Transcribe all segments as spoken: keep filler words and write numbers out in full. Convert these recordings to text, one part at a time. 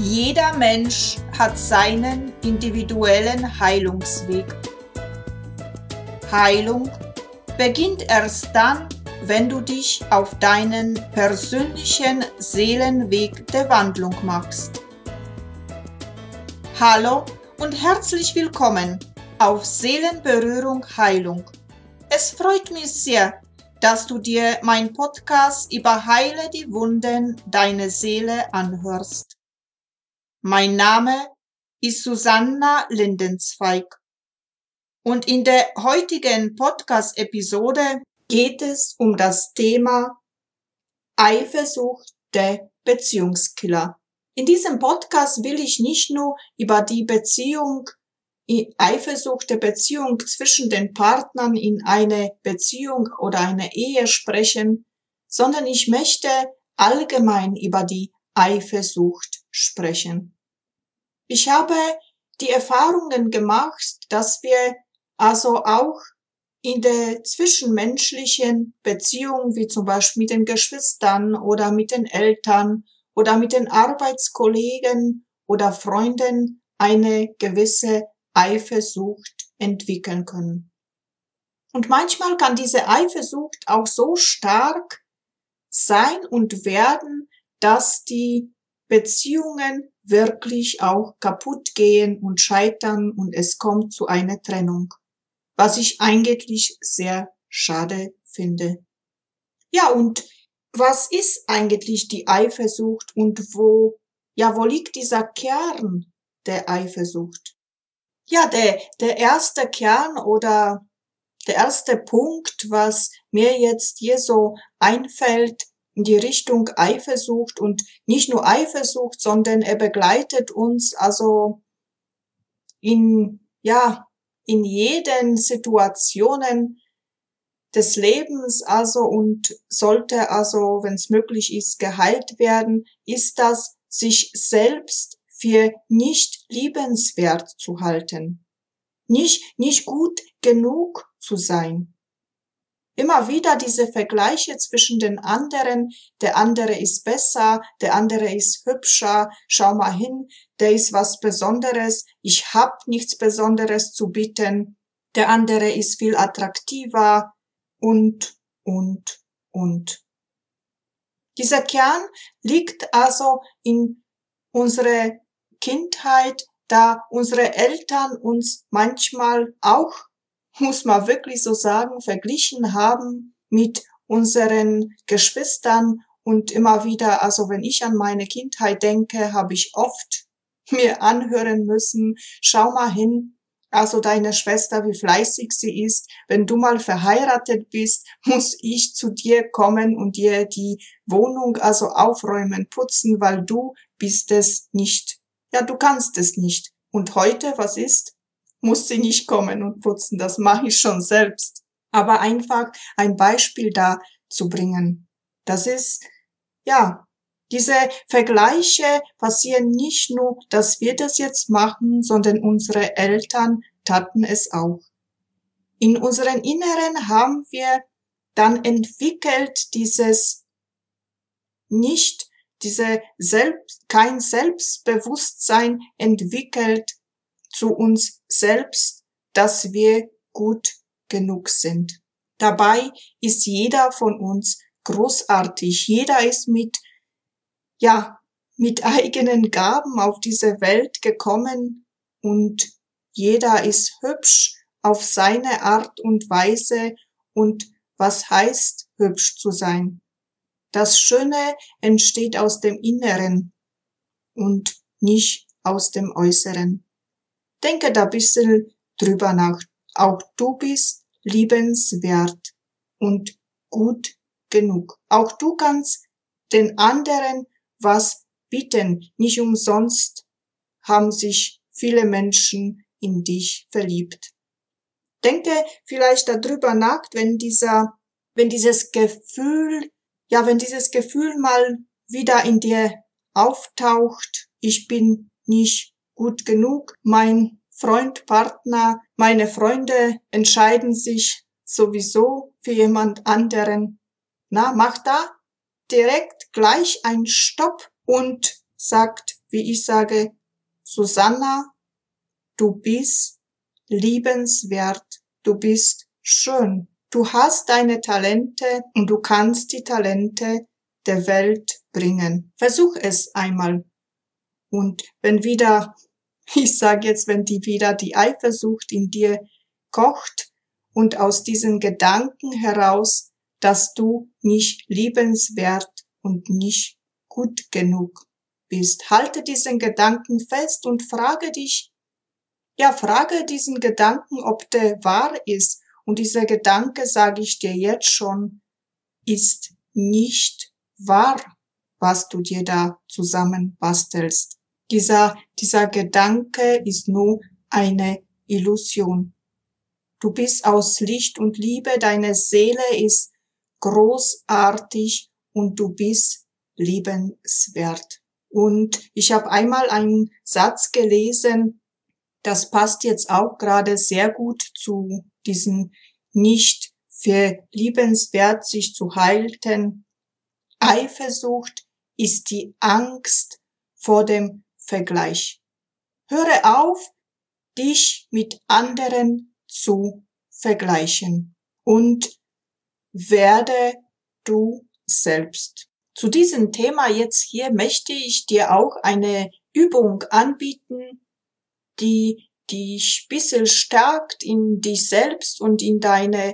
Jeder Mensch hat seinen individuellen Heilungsweg. Heilung beginnt erst dann, wenn du dich auf deinen persönlichen Seelenweg der Wandlung machst. Hallo und herzlich willkommen auf Seelenberührung Heilung. Es freut mich sehr, dass du dir mein Podcast über Heile die Wunden deiner Seele anhörst. Mein Name ist Susanna Lindenzweig und in der heutigen Podcast-Episode geht es um das Thema Eifersucht der Beziehungskiller. In diesem Podcast will ich nicht nur über die Beziehung, Eifersucht der Beziehung zwischen den Partnern in einer Beziehung oder einer Ehe sprechen, sondern ich möchte allgemein über die Eifersucht sprechen. Ich habe die Erfahrungen gemacht, dass wir also auch in der zwischenmenschlichen Beziehung, wie zum Beispiel mit den Geschwistern oder mit den Eltern oder mit den Arbeitskollegen oder Freunden, eine gewisse Eifersucht entwickeln können. Und manchmal kann diese Eifersucht auch so stark sein und werden, dass die Beziehungen wirklich auch kaputt gehen und scheitern und es kommt zu einer Trennung, was ich eigentlich sehr schade finde. Ja, und was ist eigentlich die Eifersucht und wo, ja, wo liegt dieser Kern der Eifersucht? Ja, der, der erste Kern oder der erste Punkt, was mir jetzt hier so einfällt, in die Richtung Eifersucht und nicht nur Eifersucht, sondern er begleitet uns also in, ja, in jeden Situationen des Lebens also und sollte also, wenn es möglich ist, geheilt werden, ist das, sich selbst für nicht liebenswert zu halten, nicht, nicht gut genug zu sein. Immer wieder diese Vergleiche zwischen den anderen, der andere ist besser, der andere ist hübscher, schau mal hin, der ist was Besonderes, ich hab nichts Besonderes zu bieten, der andere ist viel attraktiver und, und, und. Dieser Kern liegt also in unserer Kindheit, da unsere Eltern uns manchmal auch, muss man wirklich so sagen, verglichen haben mit unseren Geschwistern und immer wieder, also wenn ich an meine Kindheit denke, habe ich oft mir anhören müssen, schau mal hin, also deine Schwester, wie fleißig sie ist, wenn du mal verheiratet bist, muss ich zu dir kommen und dir die Wohnung also aufräumen, putzen, weil du bist es nicht. Ja, du kannst es nicht. Und heute, was ist? Muss sie nicht kommen und putzen, das mache ich schon selbst. Aber einfach ein Beispiel da zu bringen. Das ist, ja, diese Vergleiche passieren nicht nur, dass wir das jetzt machen, sondern unsere Eltern taten es auch. In unseren Inneren haben wir dann entwickelt dieses nicht, diese selbst, kein Selbstbewusstsein entwickelt zu uns selbst, dass wir gut genug sind. Dabei ist jeder von uns großartig. Jeder ist mit, ja, mit eigenen Gaben auf diese Welt gekommen und jeder ist hübsch auf seine Art und Weise. Und was heißt, hübsch zu sein? Das Schöne entsteht aus dem Inneren und nicht aus dem Äußeren. Denke da ein bisschen drüber nach. Auch du bist liebenswert und gut genug. Auch du kannst den anderen was bieten. Nicht umsonst haben sich viele Menschen in dich verliebt. Denke vielleicht darüber nach, wenn dieser, wenn dieses Gefühl, ja, wenn dieses Gefühl mal wieder in dir auftaucht, ich bin nicht gut genug, mein Freund, Partner, meine Freunde entscheiden sich sowieso für jemand anderen. Na, mach da direkt gleich einen Stopp und sagt, wie ich sage, Susanna, du bist liebenswert, du bist schön, du hast deine Talente und du kannst die Talente der Welt bringen. Versuch es einmal. Und wenn wieder, ich sage jetzt, wenn die wieder die Eifersucht in dir kocht und aus diesen Gedanken heraus, dass du nicht liebenswert und nicht gut genug bist, halte diesen Gedanken fest und frage dich, ja, frage diesen Gedanken, ob der wahr ist. Und dieser Gedanke, sage ich dir jetzt schon, ist nicht wahr, was du dir da zusammenbastelst. Dieser, dieser Gedanke ist nur eine Illusion. Du bist aus Licht und Liebe, deine Seele ist großartig und du bist liebenswert. Und ich habe einmal einen Satz gelesen, das passt jetzt auch gerade sehr gut zu diesem nicht für liebenswert sich zu halten. Eifersucht ist die Angst vor dem Vergleich. Höre auf, dich mit anderen zu vergleichen und werde du selbst. Zu diesem Thema jetzt hier möchte ich dir auch eine Übung anbieten, die dich ein bisschen stärkt in dich selbst und in deine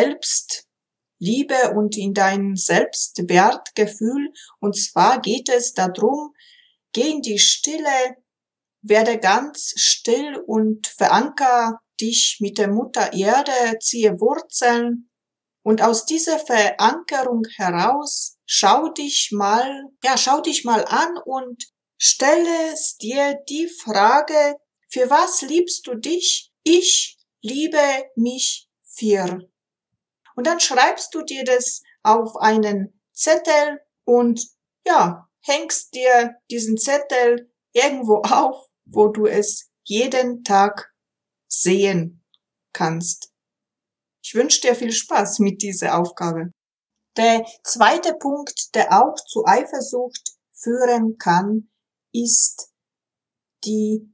Selbstliebe und in dein Selbstwertgefühl. Und zwar geht es darum, geh in die Stille, werde ganz still und veranker dich mit der Mutter Erde, ziehe Wurzeln. Und aus dieser Verankerung heraus, schau dich mal, ja, schau dich mal an und stelle dir die Frage, für was liebst du dich? Ich liebe mich für. Und dann schreibst du dir das auf einen Zettel und ja, hängst dir diesen Zettel irgendwo auf, wo du es jeden Tag sehen kannst. Ich wünsche dir viel Spaß mit dieser Aufgabe. Der zweite Punkt, der auch zu Eifersucht führen kann, ist die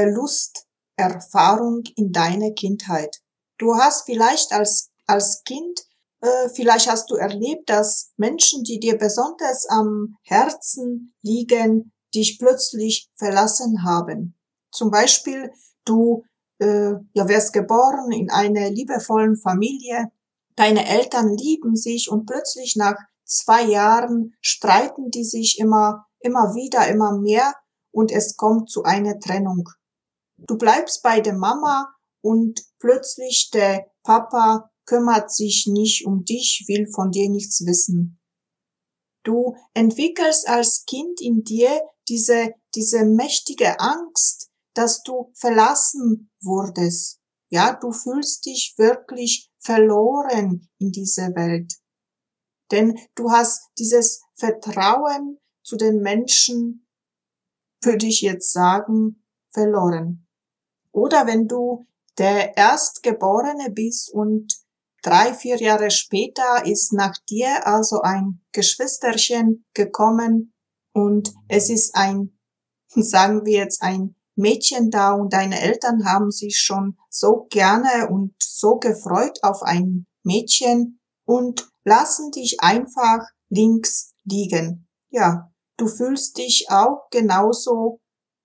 Verlusterfahrung in deiner Kindheit. Du hast vielleicht als, als Kind, äh, vielleicht hast du erlebt, dass Menschen, die dir besonders am Herzen liegen, dich plötzlich verlassen haben. Zum Beispiel, du äh, ja, wärst geboren in einer liebevollen Familie, deine Eltern lieben sich und plötzlich nach zwei Jahren streiten die sich immer, immer wieder, immer mehr und es kommt zu einer Trennung. Du bleibst bei der Mama und plötzlich der Papa kümmert sich nicht um dich, will von dir nichts wissen. Du entwickelst als Kind in dir diese, diese mächtige Angst, dass du verlassen wurdest. Ja, du fühlst dich wirklich verloren in dieser Welt. Denn du hast dieses Vertrauen zu den Menschen, würde ich jetzt sagen, verloren. Oder wenn du der Erstgeborene bist und drei, vier Jahre später ist nach dir also ein Geschwisterchen gekommen und es ist ein, sagen wir jetzt, ein Mädchen da und deine Eltern haben sich schon so gerne und so gefreut auf ein Mädchen und lassen dich einfach links liegen. Ja, du fühlst dich auch genauso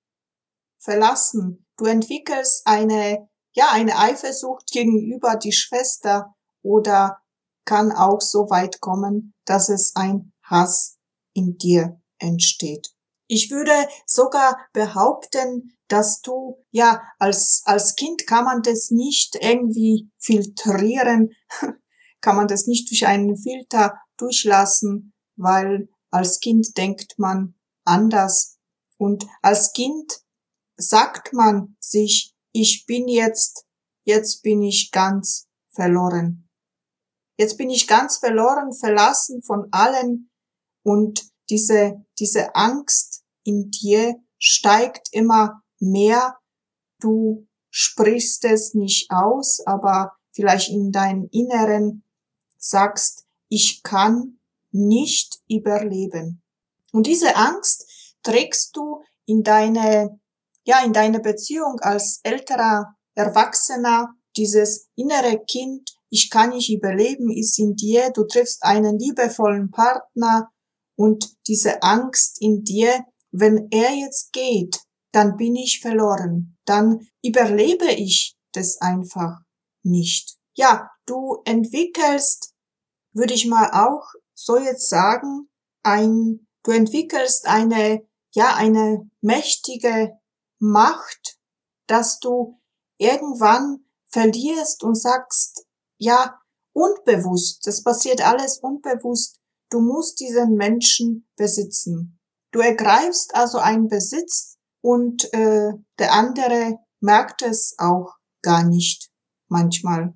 verlassen. Du entwickelst eine, ja, eine Eifersucht gegenüber die Schwester oder kann auch so weit kommen, dass es ein Hass in dir entsteht. Ich würde sogar behaupten, dass du, ja, als, als Kind kann man das nicht irgendwie filtrieren, kann man das nicht durch einen Filter durchlassen, weil als Kind denkt man anders und als Kind sagt man sich, ich bin jetzt, jetzt bin ich ganz verloren. Jetzt bin ich ganz verloren, verlassen von allen und diese, diese Angst in dir steigt immer mehr. Du sprichst es nicht aus, aber vielleicht in deinem Inneren sagst, ich kann nicht überleben. Und diese Angst trägst du in deine, ja, in deine Beziehung als älterer Erwachsener, dieses innere Kind, ich kann nicht überleben, ist in dir, du triffst einen liebevollen Partner und diese Angst in dir, wenn er jetzt geht, dann bin ich verloren, dann überlebe ich das einfach nicht. Ja, du entwickelst, würde ich mal auch so jetzt sagen, ein, du entwickelst eine, ja, eine mächtige Macht, dass du irgendwann verlierst und sagst, ja, unbewusst, das passiert alles unbewusst, du musst diesen Menschen besitzen. Du ergreifst also einen Besitz und äh, der andere merkt es auch gar nicht manchmal.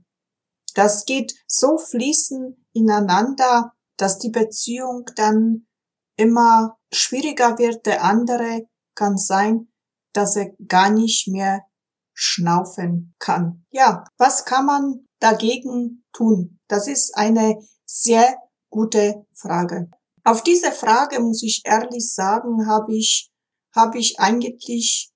Das geht so fließend ineinander, dass die Beziehung dann immer schwieriger wird. Der andere kann sein, dass er gar nicht mehr schnaufen kann. Ja, was kann man dagegen tun? Das ist eine sehr gute Frage. Auf diese Frage, muss ich ehrlich sagen, habe ich, habe ich eigentlich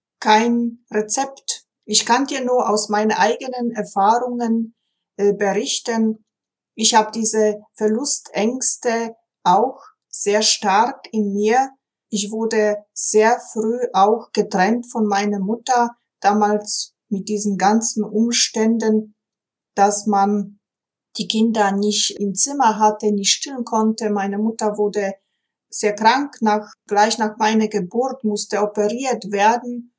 kein Rezept. Ich kann dir nur aus meinen eigenen Erfahrungen äh, berichten. Ich habe diese Verlustängste auch sehr stark in mir. Ich wurde sehr früh auch getrennt von meiner Mutter, damals mit diesen ganzen Umständen, dass man die Kinder nicht im Zimmer hatte, nicht stillen konnte. Meine Mutter wurde sehr krank, nach, gleich nach meiner Geburt musste operiert werden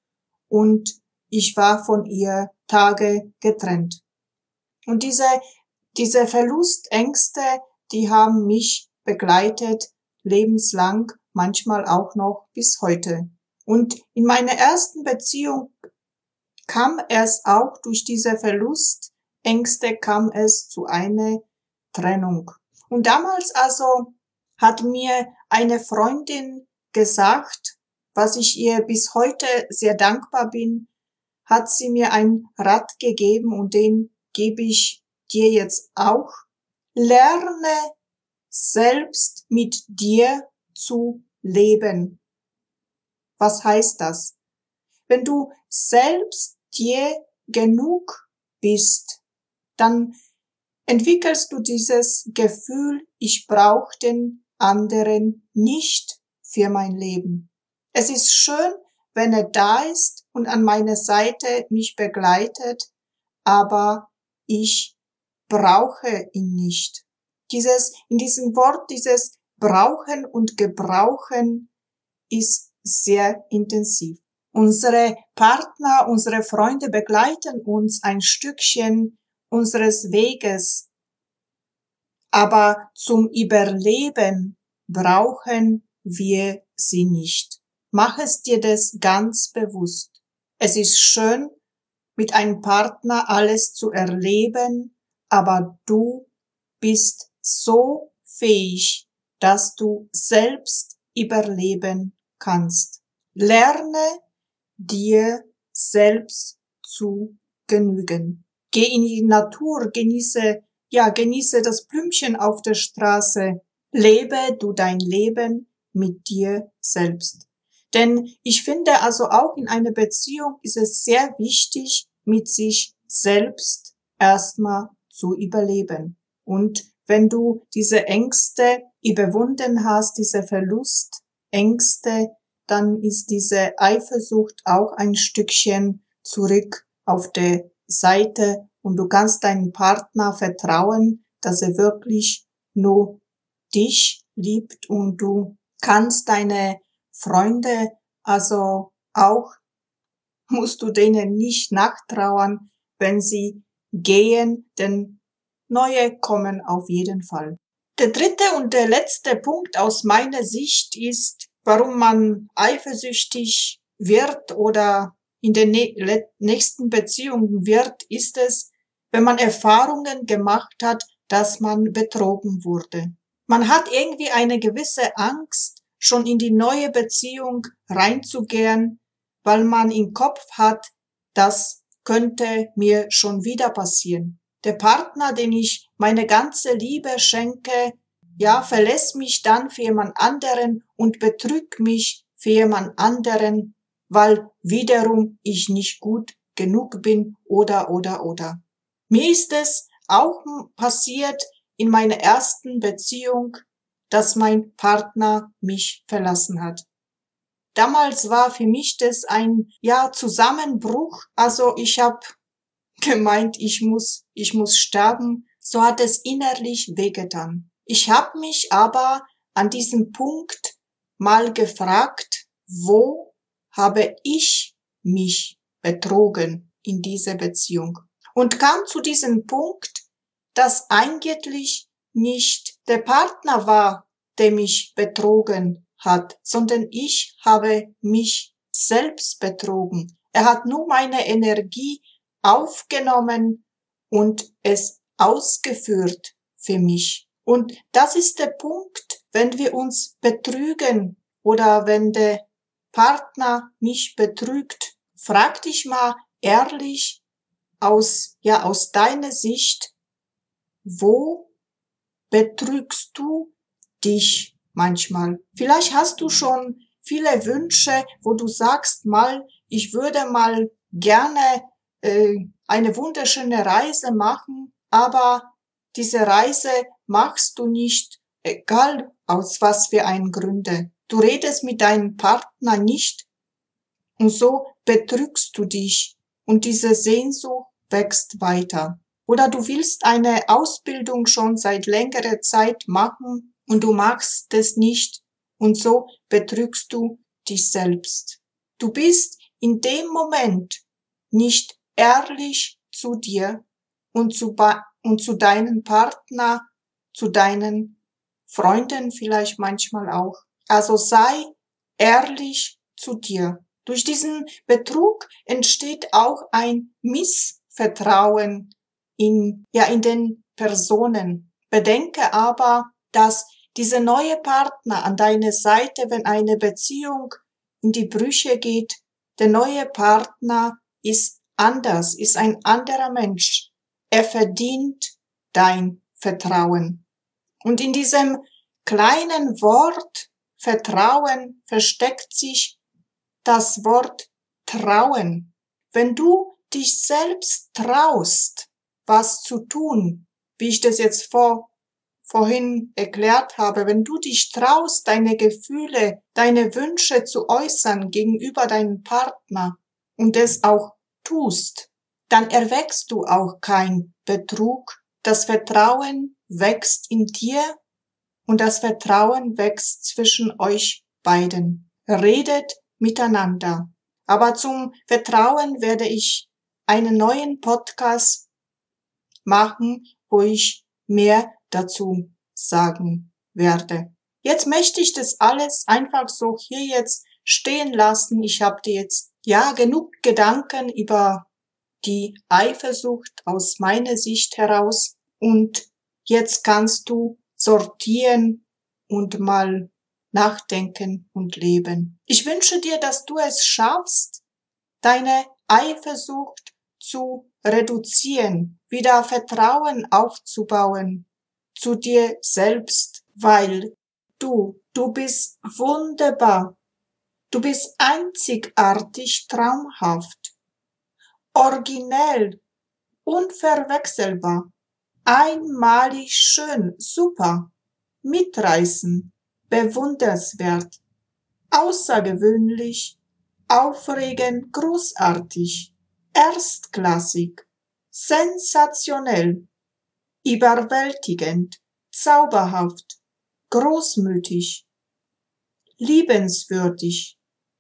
und ich war von ihr Tage getrennt. Und diese, diese Verlustängste, die haben mich begleitet, lebenslang, manchmal auch noch bis heute. Und in meiner ersten Beziehung kam es auch durch diese Verlustängste, kam es zu einer Trennung. Und damals also hat mir eine Freundin gesagt, was ich ihr bis heute sehr dankbar bin, hat sie mir einen Rat gegeben und den gebe ich dir jetzt auch. Lerne selbst mit dir zu leben. Was heißt das? Wenn du selbst dir genug bist, dann entwickelst du dieses Gefühl, ich brauche den anderen nicht für mein Leben. Es ist schön, wenn er da ist und an meiner Seite mich begleitet, aber ich brauche ihn nicht. Dieses, in diesem Wort, dieses Brauchen und Gebrauchen ist sehr intensiv. Unsere Partner, unsere Freunde begleiten uns ein Stückchen unseres Weges, aber zum Überleben brauchen wir sie nicht. Mach es dir das ganz bewusst. Es ist schön, mit einem Partner alles zu erleben, aber du bist so fähig, dass du selbst überleben kannst. Lerne dir selbst zu genügen. Geh in die Natur, genieße, ja, genieße das Blümchen auf der Straße. Lebe du dein Leben mit dir selbst. Denn ich finde also auch in einer Beziehung ist es sehr wichtig, mit sich selbst erstmal zu überleben. Und wenn du diese Ängste überwunden hast, diese Verlustängste, dann ist diese Eifersucht auch ein Stückchen zurück auf der Seite und du kannst deinem Partner vertrauen, dass er wirklich nur dich liebt und du kannst deine Freunde, also auch musst du denen nicht nachtrauern, wenn sie gehen, denn neue kommen auf jeden Fall. Der dritte und der letzte Punkt aus meiner Sicht ist, warum man eifersüchtig wird oder in der nächsten Beziehung wird, ist es, wenn man Erfahrungen gemacht hat, dass man betrogen wurde. Man hat irgendwie eine gewisse Angst, schon in die neue Beziehung reinzugehen, weil man im Kopf hat, das könnte mir schon wieder passieren. Der Partner, den ich meine ganze Liebe schenke, ja, verlässt mich dann für jemand anderen und betrügt mich für jemand anderen, weil wiederum ich nicht gut genug bin oder, oder, oder. Mir ist es auch passiert in meiner ersten Beziehung, dass mein Partner mich verlassen hat. Damals war für mich das ein, ja, Zusammenbruch. Also ich habe gemeint, ich muss, ich muss sterben. So hat es innerlich wehgetan. Ich habe mich aber an diesem Punkt mal gefragt, wo habe ich mich betrogen in dieser Beziehung? Und kam zu diesem Punkt, dass eigentlich nicht der Partner war, der mich betrogen hat, sondern ich habe mich selbst betrogen. Er hat nur meine Energie aufgenommen und es ausgeführt für mich. Und das ist der Punkt, wenn wir uns betrügen oder wenn der Partner mich betrügt, frag dich mal ehrlich aus, ja, aus deiner Sicht, wo betrügst du dich manchmal? Vielleicht hast du schon viele Wünsche, wo du sagst mal, ich würde mal gerne äh, eine wunderschöne Reise machen, aber diese Reise machst du nicht, egal aus was für einen Gründe. Du redest mit deinem Partner nicht und so betrügst du dich und diese Sehnsucht wächst weiter. Oder du willst eine Ausbildung schon seit längerer Zeit machen und du machst es nicht und so betrügst du dich selbst. Du bist in dem Moment nicht ehrlich zu dir und zu, und zu deinem Partner, zu deinen Freunden vielleicht manchmal auch. Also sei ehrlich zu dir. Durch diesen Betrug entsteht auch ein Missvertrauen in, ja, in den Personen. Bedenke aber, dass dieser neue Partner an deiner Seite, wenn eine Beziehung in die Brüche geht, der neue Partner ist anders, ist ein anderer Mensch. Er verdient dein Vertrauen. Und in diesem kleinen Wort Vertrauen versteckt sich das Wort trauen. Wenn du dich selbst traust, was zu tun, wie ich das jetzt vor, vorhin erklärt habe, wenn du dich traust, deine Gefühle, deine Wünsche zu äußern gegenüber deinem Partner und es auch tust, dann erweckst du auch kein Betrug. Das Vertrauen wächst in dir und das Vertrauen wächst zwischen euch beiden. Redet miteinander. Aber zum Vertrauen werde ich einen neuen Podcast machen, wo ich mehr dazu sagen werde. Jetzt möchte ich das alles einfach so hier jetzt stehen lassen. Ich habe dir jetzt ja genug Gedanken über die Eifersucht aus meiner Sicht heraus und jetzt kannst du sortieren und mal nachdenken und leben. Ich wünsche dir, dass du es schaffst, deine Eifersucht zu reduzieren, wieder Vertrauen aufzubauen zu dir selbst, weil du, du bist wunderbar, du bist einzigartig, traumhaft, originell, unverwechselbar, einmalig schön, super, mitreißend, bewundernswert, außergewöhnlich, aufregend, großartig, erstklassig, sensationell, überwältigend, zauberhaft, großmütig, liebenswürdig,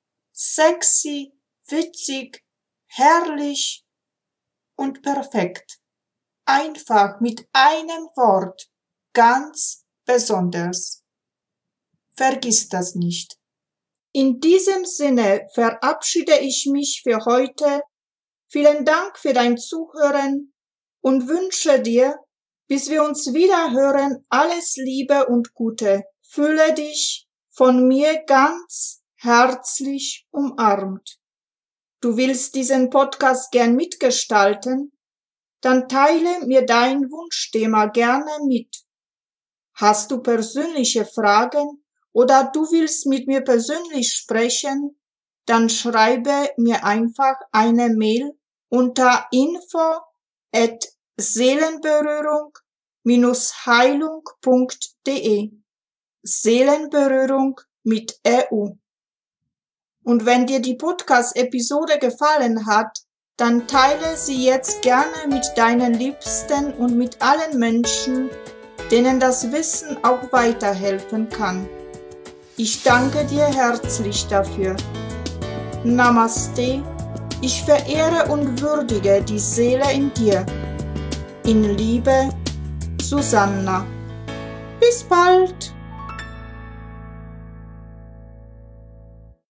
sexy, witzig, herrlich und perfekt. Einfach mit einem Wort, ganz besonders. Vergiss das nicht. In diesem Sinne verabschiede ich mich für heute. Vielen Dank für dein Zuhören und wünsche dir, bis wir uns wieder hören, alles Liebe und Gute. Fühle dich von mir ganz herzlich umarmt. Du willst diesen Podcast gern mitgestalten? Dann teile mir dein Wunschthema gerne mit. Hast du persönliche Fragen oder du willst mit mir persönlich sprechen, dann schreibe mir einfach eine Mail unter info at seelenberührung heilung punkt de. Seelenberührung mit E U. Und wenn dir die Podcast-Episode gefallen hat, dann teile sie jetzt gerne mit deinen Liebsten und mit allen Menschen, denen das Wissen auch weiterhelfen kann. Ich danke dir herzlich dafür. Namaste. Ich verehre und würdige die Seele in dir. In Liebe, Susanna. Bis bald!